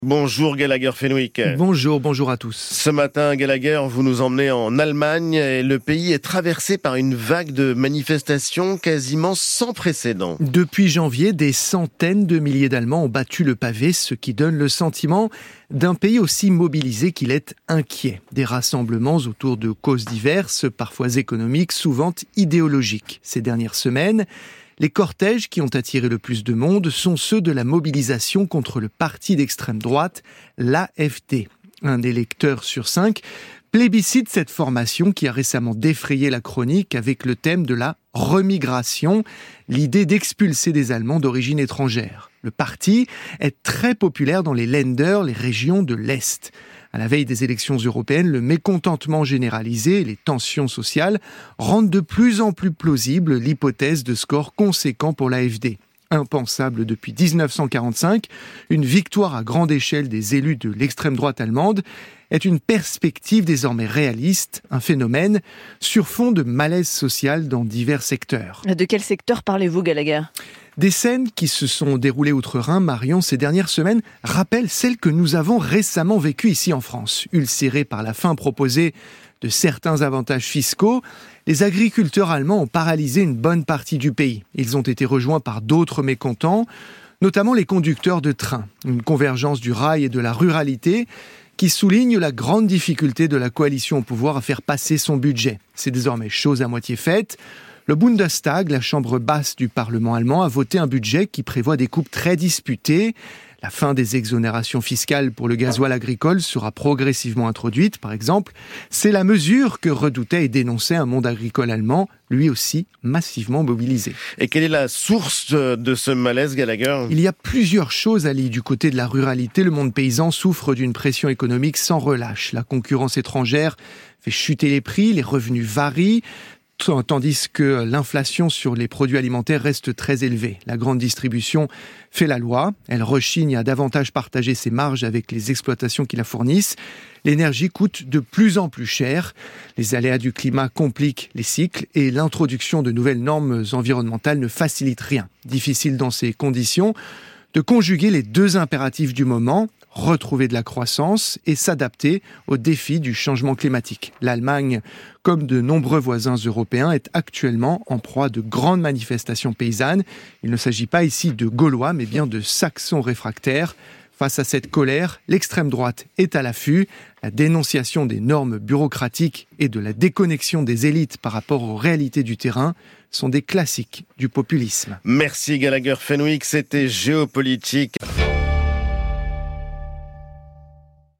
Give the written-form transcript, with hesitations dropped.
Bonjour Gallagher Fenwick. Bonjour à tous. Ce matin, Gallagher, vous nous emmenez en Allemagne et le pays est traversé par une vague de manifestations quasiment sans précédent. Depuis janvier, des centaines de milliers d'Allemands ont battu le pavé, ce qui donne le sentiment d'un pays aussi mobilisé qu'il est inquiet. Des rassemblements autour de causes diverses, parfois économiques, souvent idéologiques. Ces dernières semaines, les cortèges qui ont attiré le plus de monde sont ceux de la mobilisation contre le parti d'extrême droite, l'AfD. Un électeur sur 5 plébiscite cette formation qui a récemment défrayé la chronique avec le thème de la remigration, l'idée d'expulser des Allemands d'origine étrangère. Le parti est très populaire dans les Länder, les régions de l'Est. À la veille des élections européennes, le mécontentement généralisé et les tensions sociales rendent de plus en plus plausible l'hypothèse de scores conséquents pour l'AfD. Impensable depuis 1945, une victoire à grande échelle des élus de l'extrême droite allemande est une perspective désormais réaliste, un phénomène sur fond de malaise social dans divers secteurs. De quel secteur parlez-vous, Gallagher ? Des scènes qui se sont déroulées outre-Rhin, Marion, ces dernières semaines, rappellent celles que nous avons récemment vécues ici en France. Ulcérés par la fin proposée de certains avantages fiscaux, les agriculteurs allemands ont paralysé une bonne partie du pays. Ils ont été rejoints par d'autres mécontents, notamment les conducteurs de train. Une convergence du rail et de la ruralité qui souligne la grande difficulté de la coalition au pouvoir à faire passer son budget. C'est désormais chose à moitié faite. Le Bundestag, la chambre basse du Parlement allemand, a voté un budget qui prévoit des coupes très disputées. La fin des exonérations fiscales pour le gasoil agricole sera progressivement introduite, par exemple. C'est la mesure que redoutait et dénonçait un monde agricole allemand, lui aussi massivement mobilisé. Et quelle est la source de ce malaise, Gallagher ? Il y a plusieurs choses à lier du côté de la ruralité. Le monde paysan souffre d'une pression économique sans relâche. La concurrence étrangère fait chuter les prix, les revenus varient, tandis que l'inflation sur les produits alimentaires reste très élevée. La grande distribution fait la loi. Elle rechigne à davantage partager ses marges avec les exploitations qui la fournissent. L'énergie coûte de plus en plus cher. Les aléas du climat compliquent les cycles et l'introduction de nouvelles normes environnementales ne facilite rien. Difficile dans ces conditions de conjuguer les deux impératifs du moment, retrouver de la croissance et s'adapter aux défis du changement climatique. L'Allemagne, comme de nombreux voisins européens, est actuellement en proie de grandes manifestations paysannes. Il ne s'agit pas ici de Gaulois, mais bien de Saxons réfractaires. Face à cette colère, l'extrême droite est à l'affût. La dénonciation des normes bureaucratiques et de la déconnexion des élites par rapport aux réalités du terrain sont des classiques du populisme. Merci Gallagher Fenwick, c'était Géopolitique.